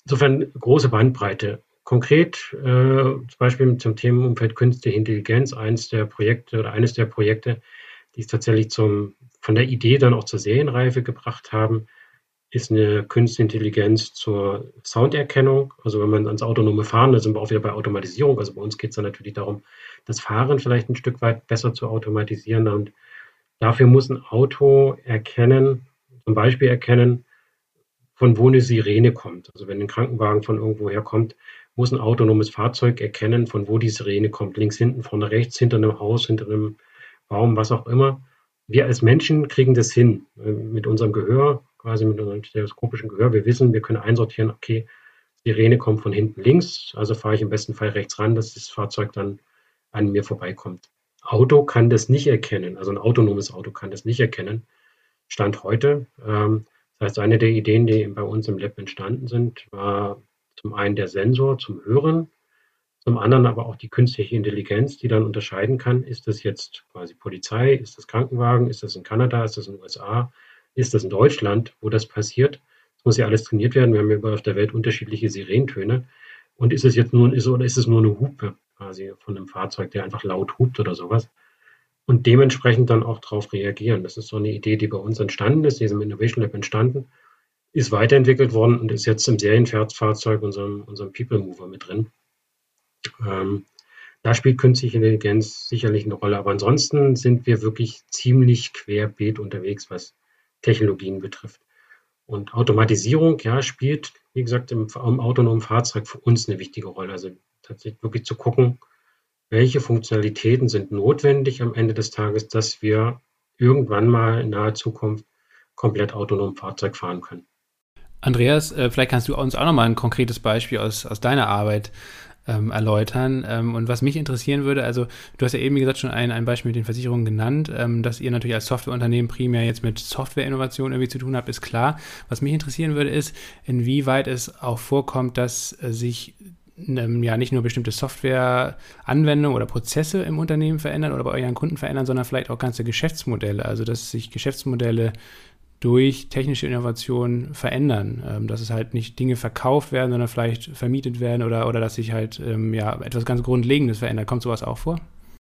S3: Insofern große Bandbreite. Konkret, zum Beispiel zum Themenumfeld Künstliche Intelligenz, eines der Projekte, die es tatsächlich von der Idee dann auch zur Serienreife gebracht haben, ist eine Künstliche Intelligenz zur Sounderkennung. Also wenn man ans autonome Fahren, da sind wir auch wieder bei Automatisierung. Also bei uns geht es dann natürlich darum, das Fahren vielleicht ein Stück weit besser zu automatisieren. Und dafür muss ein Auto erkennen, zum Beispiel erkennen, von wo eine Sirene kommt. Also wenn ein Krankenwagen von irgendwoher kommt, muss ein autonomes Fahrzeug erkennen, von wo die Sirene kommt. Links, hinten, vorne, rechts, hinter einem Haus, hinter einem Baum, was auch immer. Wir als Menschen kriegen das hin mit unserem Gehör, quasi mit unserem stereoskopischen Gehör. Wir wissen, wir können einsortieren, okay, Sirene kommt von hinten links, also fahre ich im besten Fall rechts ran, dass das Fahrzeug dann an mir vorbeikommt. Auto kann das nicht erkennen, also ein autonomes Auto kann das nicht erkennen. Stand heute. Das heißt, eine der Ideen, die bei uns im Lab entstanden sind, war zum einen der Sensor zum Hören, zum anderen aber auch die künstliche Intelligenz, die dann unterscheiden kann, ist das jetzt quasi Polizei, ist das Krankenwagen, ist das in Kanada, ist das in den USA, ist das in Deutschland, wo das passiert. Das muss ja alles trainiert werden. Wir haben ja überall auf der Welt unterschiedliche Sirenentöne. Und ist es nur eine Hupe quasi von einem Fahrzeug, der einfach laut hupt oder sowas? Und dementsprechend dann auch darauf reagieren. Das ist so eine Idee, die bei uns entstanden ist, die ist im Innovation Lab entstanden, ist weiterentwickelt worden und ist jetzt im Serienfahrzeug, unserem People Mover mit drin. Da spielt künstliche Intelligenz sicherlich eine Rolle, aber ansonsten sind wir wirklich ziemlich querbeet unterwegs, was Technologien betrifft. Und Automatisierung, ja, spielt, wie gesagt, im autonomen Fahrzeug für uns eine wichtige Rolle. Also tatsächlich wirklich zu gucken, welche Funktionalitäten sind notwendig am Ende des Tages, dass wir irgendwann mal in naher Zukunft komplett autonom Fahrzeug fahren können.
S1: Andreas, vielleicht kannst du uns auch nochmal ein konkretes Beispiel aus deiner Arbeit erläutern. Und was mich interessieren würde, also du hast ja eben, wie gesagt, schon ein Beispiel mit den Versicherungen genannt, dass ihr natürlich als Softwareunternehmen primär jetzt mit Softwareinnovation irgendwie zu tun habt, ist klar. Was mich interessieren würde, ist, inwieweit es auch vorkommt, dass sich ja nicht nur bestimmte Softwareanwendungen oder Prozesse im Unternehmen verändern oder bei euren Kunden verändern, sondern vielleicht auch ganze Geschäftsmodelle. Also dass sich Geschäftsmodelle durch technische Innovation verändern, dass es halt nicht Dinge verkauft werden, sondern vielleicht vermietet werden oder dass sich halt etwas ganz Grundlegendes verändert. Kommt sowas auch vor?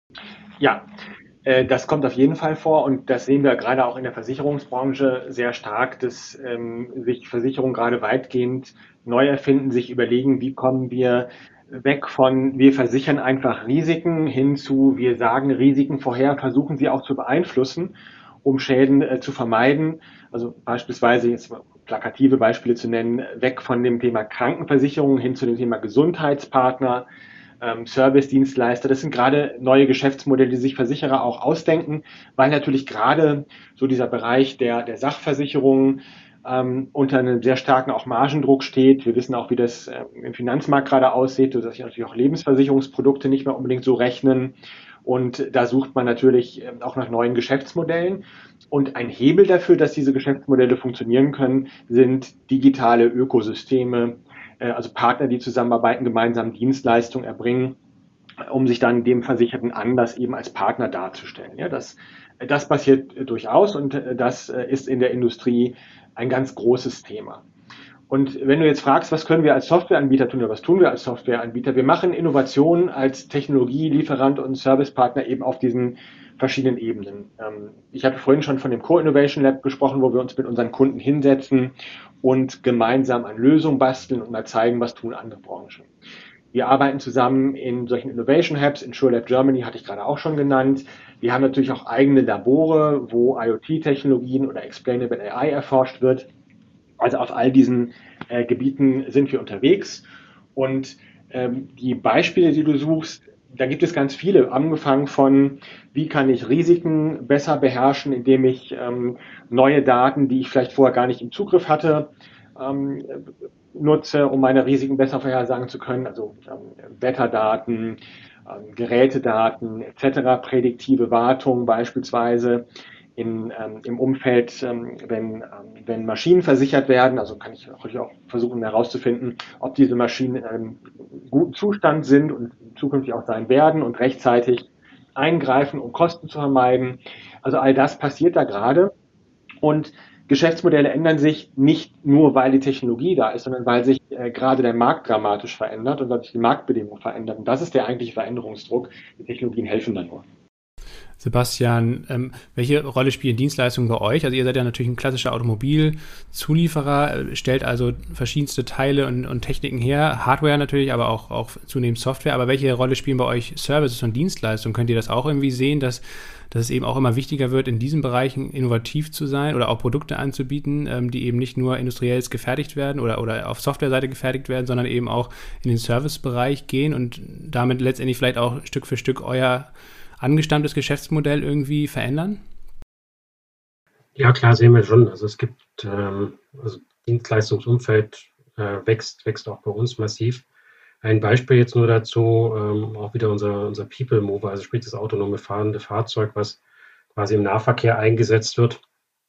S4: Ja, das kommt auf jeden Fall vor und das sehen wir gerade auch in der Versicherungsbranche sehr stark, dass sich Versicherungen gerade weitgehend neu erfinden, sich überlegen, wie kommen wir weg von, wir versichern einfach Risiken hin zu, wir sagen Risiken vorher, versuchen sie auch zu beeinflussen, um Schäden zu vermeiden. Also beispielsweise, jetzt plakative Beispiele zu nennen, weg von dem Thema Krankenversicherung hin zu dem Thema Gesundheitspartner, Service-Dienstleister. Das sind gerade neue Geschäftsmodelle, die sich Versicherer auch ausdenken, weil natürlich gerade so dieser Bereich der Sachversicherungen unter einem sehr starken auch Margendruck steht. Wir wissen auch, wie das im Finanzmarkt gerade aussieht, dass sich natürlich auch Lebensversicherungsprodukte nicht mehr unbedingt so rechnen. Und da sucht man natürlich auch nach neuen Geschäftsmodellen. Und ein Hebel dafür, dass diese Geschäftsmodelle funktionieren können, sind digitale Ökosysteme, also Partner, die zusammenarbeiten, gemeinsam Dienstleistungen erbringen, um sich dann dem versicherten Anlass eben als Partner darzustellen. Ja, das passiert durchaus und das ist in der Industrie ein ganz großes Thema. Und wenn du jetzt fragst, was können wir als Softwareanbieter tun oder was tun wir als Softwareanbieter? Wir machen Innovationen als Technologielieferant und Servicepartner eben auf diesen verschiedenen Ebenen. Ich hatte vorhin schon von dem Co-Innovation Lab gesprochen, wo wir uns mit unseren Kunden hinsetzen und gemeinsam an Lösungen basteln und mal zeigen, was tun andere Branchen. Wir arbeiten zusammen in solchen Innovation Hubs, in SureLab Germany hatte ich gerade auch schon genannt. Wir haben natürlich auch eigene Labore, wo IoT-Technologien oder Explainable AI erforscht wird. Also auf all diesen Gebieten sind wir unterwegs und die Beispiele, die du suchst, da gibt es ganz viele, angefangen von, wie kann ich Risiken besser beherrschen, indem ich neue Daten, die ich vielleicht vorher gar nicht im Zugriff hatte, nutze, um meine Risiken besser vorhersagen zu können, also Wetterdaten, Gerätedaten etc., prädiktive Wartung beispielsweise. Im Umfeld, wenn Maschinen versichert werden, also kann ich auch versuchen herauszufinden, ob diese Maschinen in einem guten Zustand sind und zukünftig auch sein werden und rechtzeitig eingreifen, um Kosten zu vermeiden. Also all das passiert da gerade und Geschäftsmodelle ändern sich nicht nur, weil die Technologie da ist, sondern weil sich gerade der Markt dramatisch verändert und sich die Marktbedingungen verändern. Und das ist der eigentliche Veränderungsdruck. Die Technologien helfen da nur.
S1: Sebastian, welche Rolle spielen Dienstleistungen bei euch? Also ihr seid ja natürlich ein klassischer Automobilzulieferer, stellt also verschiedenste Teile und Techniken her, Hardware natürlich, aber auch zunehmend Software. Aber welche Rolle spielen bei euch Services und Dienstleistungen? Könnt ihr das auch irgendwie sehen, dass es eben auch immer wichtiger wird, in diesen Bereichen innovativ zu sein oder auch Produkte anzubieten, die eben nicht nur industriell gefertigt werden oder auf Softwareseite gefertigt werden, sondern eben auch in den Servicebereich gehen und damit letztendlich vielleicht auch Stück für Stück euer angestammtes Geschäftsmodell irgendwie verändern?
S3: Ja, klar, sehen wir schon. Also es gibt, also Dienstleistungsumfeld wächst auch bei uns massiv. Ein Beispiel jetzt nur dazu, auch wieder unser People Mover, also sprich das autonome fahrende Fahrzeug, was quasi im Nahverkehr eingesetzt wird,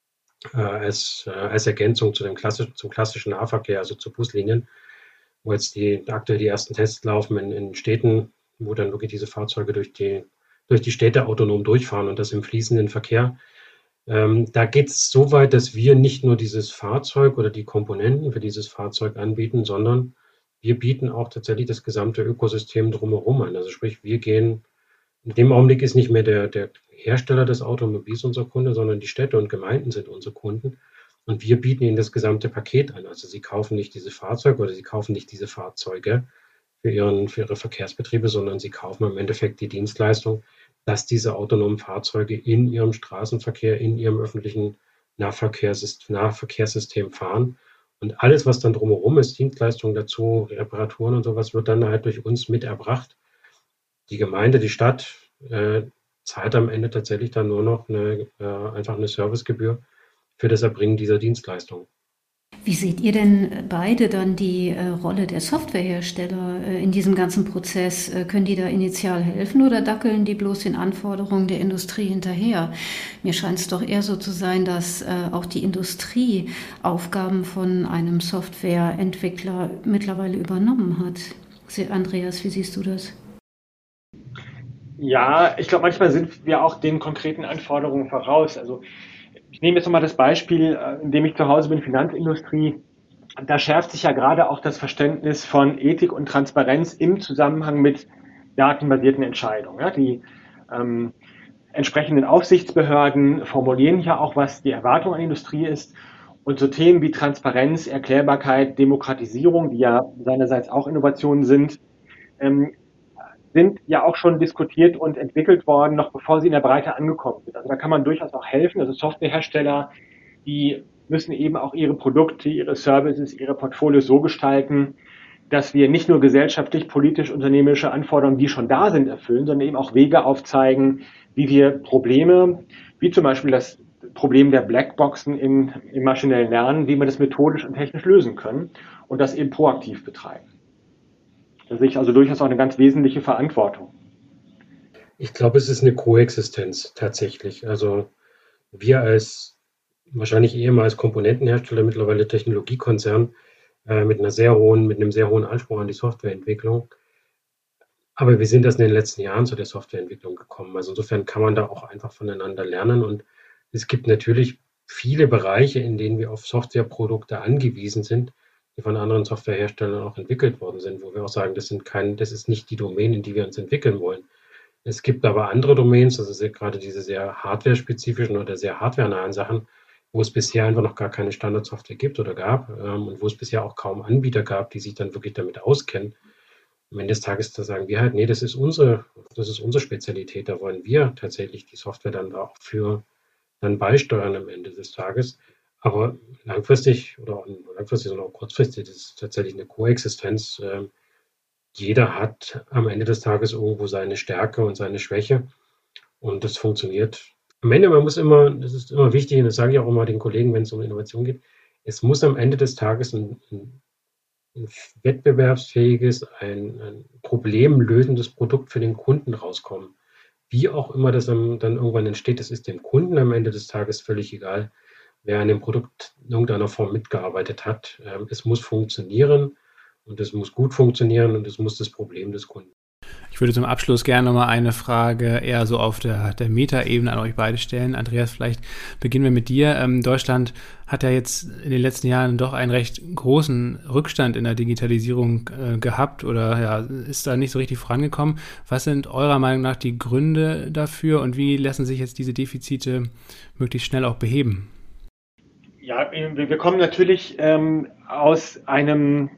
S3: als Ergänzung zum klassischen Nahverkehr, also zu Buslinien, wo jetzt aktuell die ersten Tests laufen in Städten, wo dann wirklich diese Fahrzeuge durch die Städte autonom durchfahren und das im fließenden Verkehr. Da geht es so weit, dass wir nicht nur dieses Fahrzeug oder die Komponenten für dieses Fahrzeug anbieten, sondern wir bieten auch tatsächlich das gesamte Ökosystem drumherum an. Also sprich, in dem Augenblick ist nicht mehr der Hersteller des Automobils unser Kunde, sondern die Städte und Gemeinden sind unsere Kunden. Und wir bieten ihnen das gesamte Paket an. Also sie kaufen nicht diese Fahrzeuge oder sie kaufen nicht diese Fahrzeuge für ihre Verkehrsbetriebe, sondern sie kaufen im Endeffekt die Dienstleistung, dass diese autonomen Fahrzeuge in ihrem Straßenverkehr, in ihrem öffentlichen Nahverkehrssystem fahren. Und alles, was dann drumherum ist, Dienstleistungen dazu, Reparaturen und sowas, wird dann halt durch uns mit erbracht. Die Gemeinde, die Stadt zahlt am Ende tatsächlich dann nur noch einfach eine Servicegebühr für das Erbringen dieser Dienstleistung.
S2: Wie seht ihr denn beide dann die Rolle der Softwarehersteller in diesem ganzen Prozess? Können die da initial helfen oder dackeln die bloß den Anforderungen der Industrie hinterher? Mir scheint es doch eher so zu sein, dass auch die Industrie Aufgaben von einem Softwareentwickler mittlerweile übernommen hat. Andreas, wie siehst du das?
S4: Ja, ich glaube, manchmal sind wir auch den konkreten Anforderungen voraus. Also ich nehme jetzt nochmal das Beispiel, in dem ich zu Hause bin, Finanzindustrie. Da schärft sich ja gerade auch das Verständnis von Ethik und Transparenz im Zusammenhang mit datenbasierten Entscheidungen. Ja, die entsprechenden Aufsichtsbehörden formulieren ja auch, was die Erwartung an die Industrie ist. Und so Themen wie Transparenz, Erklärbarkeit, Demokratisierung, die ja seinerseits auch Innovationen sind ja auch schon diskutiert und entwickelt worden, noch bevor sie in der Breite angekommen sind. Also da kann man durchaus auch helfen. Also Softwarehersteller, die müssen eben auch ihre Produkte, ihre Services, ihre Portfolios so gestalten, dass wir nicht nur gesellschaftlich, politisch, unternehmerische Anforderungen, die schon da sind, erfüllen, sondern eben auch Wege aufzeigen, wie wir Probleme, wie zum Beispiel das Problem der Blackboxen im maschinellen Lernen, wie wir das methodisch und technisch lösen können und das eben proaktiv betreiben. Da sehe ich also durchaus auch eine ganz wesentliche Verantwortung.
S3: Ich glaube, es ist eine Koexistenz tatsächlich. Also wir wahrscheinlich ehemals Komponentenhersteller, mittlerweile Technologiekonzern, mit einem sehr hohen Anspruch an die Softwareentwicklung. Aber wir sind das in den letzten Jahren zu der Softwareentwicklung gekommen. Also insofern kann man da auch einfach voneinander lernen. Und es gibt natürlich viele Bereiche, in denen wir auf Softwareprodukte angewiesen sind, die von anderen Softwareherstellern auch entwickelt worden sind, wo wir auch sagen, das ist nicht die Domäne, in die wir uns entwickeln wollen. Es gibt aber andere Domains, also gerade diese sehr hardware-spezifischen oder sehr hardwarenahen Sachen, wo es bisher einfach noch gar keine Standardsoftware gibt oder gab und wo es bisher auch kaum Anbieter gab, die sich dann wirklich damit auskennen. Am Ende des Tages da sagen wir halt, nee, das ist unsere Spezialität, da wollen wir tatsächlich die Software dann auch dann beisteuern am Ende des Tages. Aber langfristig oder auch kurzfristig ist es tatsächlich eine Koexistenz. Jeder hat am Ende des Tages irgendwo seine Stärke und seine Schwäche und das funktioniert. Am Ende, das ist immer wichtig, und das sage ich auch immer den Kollegen, wenn es um Innovation geht, es muss am Ende des Tages ein wettbewerbsfähiges, ein problemlösendes Produkt für den Kunden rauskommen. Wie auch immer das dann irgendwann entsteht, das ist dem Kunden am Ende des Tages völlig egal, wer an dem Produkt in irgendeiner Form mitgearbeitet hat. Es muss funktionieren und es muss gut funktionieren und es muss das Problem des Kunden.
S1: Ich würde zum Abschluss gerne nochmal eine Frage eher so auf der Meta-Ebene an euch beide stellen. Andreas, vielleicht beginnen wir mit dir. Deutschland hat ja jetzt in den letzten Jahren doch einen recht großen Rückstand in der Digitalisierung gehabt oder ja, ist da nicht so richtig vorangekommen. Was sind eurer Meinung nach die Gründe dafür und wie lassen sich jetzt diese Defizite möglichst schnell auch beheben?
S4: Ja, wir kommen natürlich aus einem,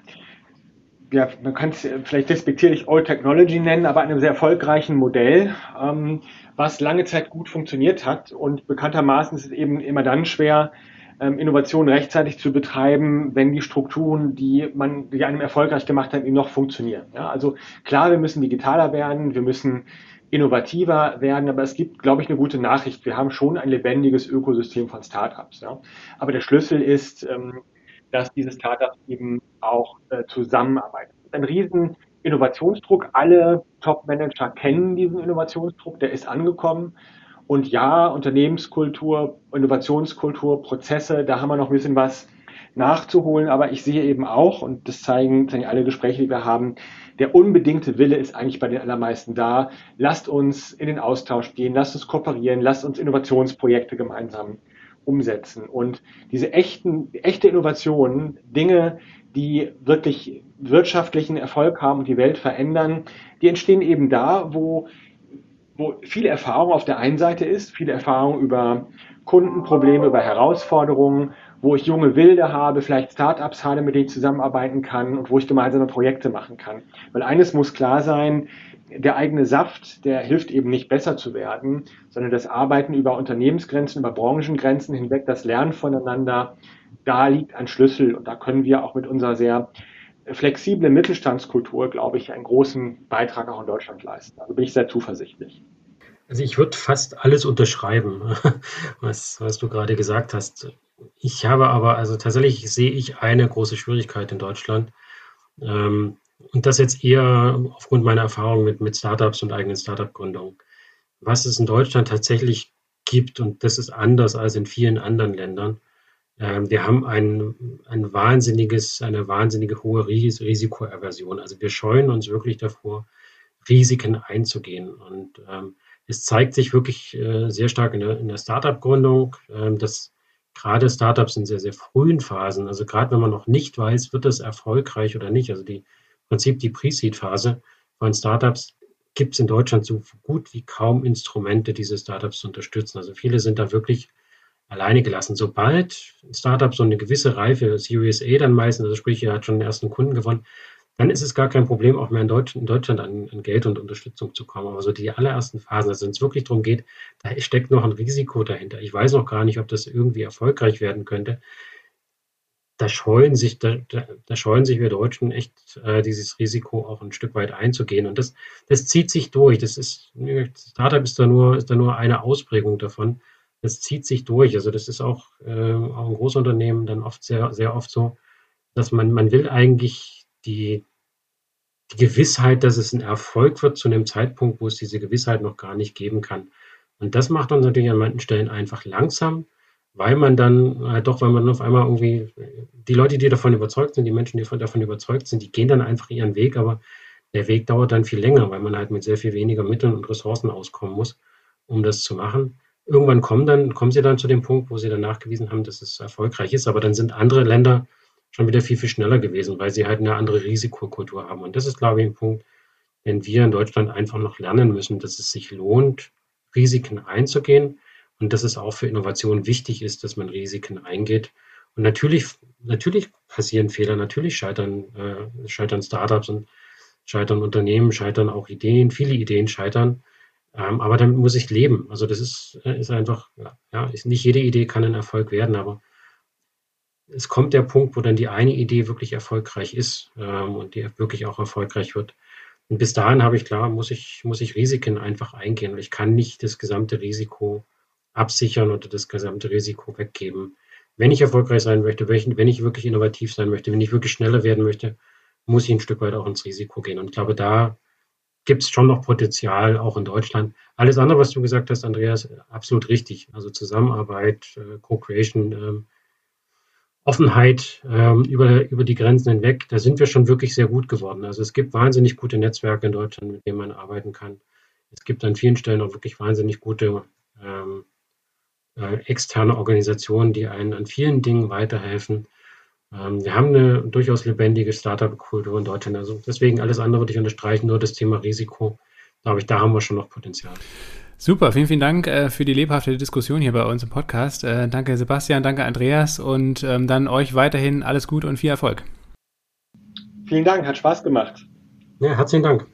S4: ja, man kann es vielleicht despektierlich Old Technology nennen, aber einem sehr erfolgreichen Modell, was lange Zeit gut funktioniert hat. Und bekanntermaßen ist es eben immer dann schwer, Innovationen rechtzeitig zu betreiben, wenn die Strukturen, die einem erfolgreich gemacht hat, eben noch funktionieren. Ja, also klar, wir müssen digitaler werden, wir müssen innovativer werden, aber es gibt, glaube ich, eine gute Nachricht. Wir haben schon ein lebendiges Ökosystem von Startups. Ja. Aber der Schlüssel ist, dass diese Startups eben auch zusammenarbeiten. Es ist ein riesen Innovationsdruck. Alle Top-Manager kennen diesen Innovationsdruck, der ist angekommen. Und ja, Unternehmenskultur, Innovationskultur, Prozesse, da haben wir noch ein bisschen was nachzuholen. Aber ich sehe eben auch, und das zeigen alle Gespräche, die wir haben, der unbedingte Wille ist eigentlich bei den allermeisten da. Lasst uns in den Austausch gehen, lasst uns kooperieren, lasst uns Innovationsprojekte gemeinsam umsetzen. Und diese echte Innovationen, Dinge, die wirklich wirtschaftlichen Erfolg haben und die Welt verändern, die entstehen eben da, wo viel Erfahrung auf der einen Seite ist, viel Erfahrung über Kundenprobleme, über Herausforderungen, wo ich junge Wilde habe, vielleicht Startups habe, mit denen ich zusammenarbeiten kann und wo ich gemeinsame Projekte machen kann. Weil eines muss klar sein, der eigene Saft, der hilft eben nicht besser zu werden, sondern das Arbeiten über Unternehmensgrenzen, über Branchengrenzen hinweg, das Lernen voneinander, da liegt ein Schlüssel und da können wir auch mit unserer sehr flexiblen Mittelstandskultur, glaube ich, einen großen Beitrag auch in Deutschland leisten. Also bin ich sehr zuversichtlich.
S3: Also ich würde fast alles unterschreiben, was du gerade gesagt hast. Ich habe aber, also tatsächlich sehe ich eine große Schwierigkeit in Deutschland. Und das jetzt eher aufgrund meiner Erfahrung mit Startups und eigenen Startup-Gründungen. Was es in Deutschland tatsächlich gibt, und das ist anders als in vielen anderen Ländern, wir haben eine wahnsinnige hohe Risikoaversion. Also wir scheuen uns wirklich davor, Risiken einzugehen. Und es zeigt sich wirklich sehr stark in der Startup-Gründung, dass gerade Startups in sehr, sehr frühen Phasen, also gerade wenn man noch nicht weiß, wird das erfolgreich oder nicht, also im Prinzip die Pre-Seed-Phase von Startups, gibt es in Deutschland so gut wie kaum Instrumente, diese Startups zu unterstützen. Also viele sind da wirklich alleine gelassen. Sobald ein Startup so eine gewisse Reife, Series A dann meistens, also sprich, er hat schon den ersten Kunden gewonnen, dann ist es gar kein Problem, auch mehr in Deutschland an Geld und Unterstützung zu kommen. Aber so die allerersten Phasen, also wenn es wirklich darum geht, da steckt noch ein Risiko dahinter. Ich weiß noch gar nicht, ob das irgendwie erfolgreich werden könnte. Da scheuen sich wir Deutschen echt, dieses Risiko auch ein Stück weit einzugehen. Und das zieht sich durch. Startup ist da nur eine Ausprägung davon. Das zieht sich durch. Also das ist auch in Großunternehmen dann oft sehr, sehr oft so, dass man will eigentlich die Gewissheit, dass es ein Erfolg wird zu einem Zeitpunkt, wo es diese Gewissheit noch gar nicht geben kann. Und das macht uns natürlich an manchen Stellen einfach langsam, weil man dann weil man auf einmal irgendwie, die Leute, die davon überzeugt sind, die Menschen, die davon überzeugt sind, die gehen dann einfach ihren Weg, aber der Weg dauert dann viel länger, weil man halt mit sehr viel weniger Mitteln und Ressourcen auskommen muss, um das zu machen. Irgendwann kommen sie dann zu dem Punkt, wo sie dann nachgewiesen haben, dass es erfolgreich ist, aber dann sind andere Länder schon wieder viel, viel schneller gewesen, weil sie halt eine andere Risikokultur haben. Und das ist, glaube ich, ein Punkt, den wir in Deutschland einfach noch lernen müssen, dass es sich lohnt, Risiken einzugehen und dass es auch für Innovation wichtig ist, dass man Risiken eingeht. Und natürlich passieren Fehler, natürlich scheitern Startups und scheitern Unternehmen, scheitern auch Ideen, viele Ideen scheitern. Aber damit muss ich leben. Also das ist einfach, nicht jede Idee kann ein Erfolg werden, aber es kommt der Punkt, wo dann die eine Idee wirklich erfolgreich ist und die wirklich auch erfolgreich wird. Und bis dahin muss ich Risiken einfach eingehen. Und ich kann nicht das gesamte Risiko absichern oder das gesamte Risiko weggeben. Wenn ich erfolgreich sein möchte, wenn ich wirklich innovativ sein möchte, wenn ich wirklich schneller werden möchte, muss ich ein Stück weit auch ins Risiko gehen. Und ich glaube, da gibt es schon noch Potenzial, auch in Deutschland. Alles andere, was du gesagt hast, Andreas, absolut richtig. Also Zusammenarbeit, Co-Creation, Offenheit über die Grenzen hinweg, da sind wir schon wirklich sehr gut geworden. Also es gibt wahnsinnig gute Netzwerke in Deutschland, mit denen man arbeiten kann. Es gibt an vielen Stellen auch wirklich wahnsinnig gute externe Organisationen, die einen an vielen Dingen weiterhelfen. Wir haben eine durchaus lebendige Startup-Kultur in Deutschland. Also deswegen alles andere würde ich unterstreichen, nur das Thema Risiko. Glaube ich, da haben wir schon noch Potenzial.
S1: Super, vielen, vielen Dank für die lebhafte Diskussion hier bei uns im Podcast. Danke Sebastian, danke Andreas und dann euch weiterhin alles Gute und viel Erfolg.
S4: Vielen Dank, hat Spaß gemacht.
S3: Ja, herzlichen Dank.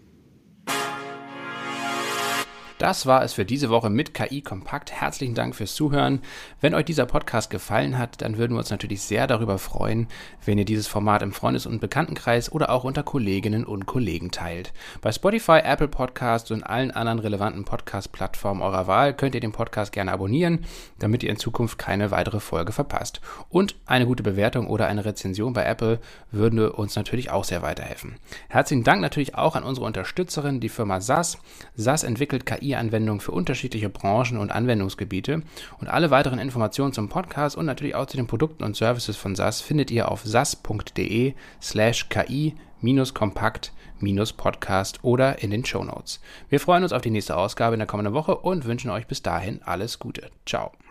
S1: Das war es für diese Woche mit KI Kompakt. Herzlichen Dank fürs Zuhören. Wenn euch dieser Podcast gefallen hat, dann würden wir uns natürlich sehr darüber freuen, wenn ihr dieses Format im Freundes- und Bekanntenkreis oder auch unter Kolleginnen und Kollegen teilt. Bei Spotify, Apple Podcasts und allen anderen relevanten Podcast-Plattformen eurer Wahl könnt ihr den Podcast gerne abonnieren, damit ihr in Zukunft keine weitere Folge verpasst. Und eine gute Bewertung oder eine Rezension bei Apple würde uns natürlich auch sehr weiterhelfen. Herzlichen Dank natürlich auch an unsere Unterstützerin, die Firma SAS. SAS entwickelt KI-Anwendungen für unterschiedliche Branchen und Anwendungsgebiete und alle weiteren Informationen zum Podcast und natürlich auch zu den Produkten und Services von SAS findet ihr auf sas.de/ki-kompakt-podcast oder in den Shownotes. Wir freuen uns auf die nächste Ausgabe in der kommenden Woche und wünschen euch bis dahin alles Gute. Ciao.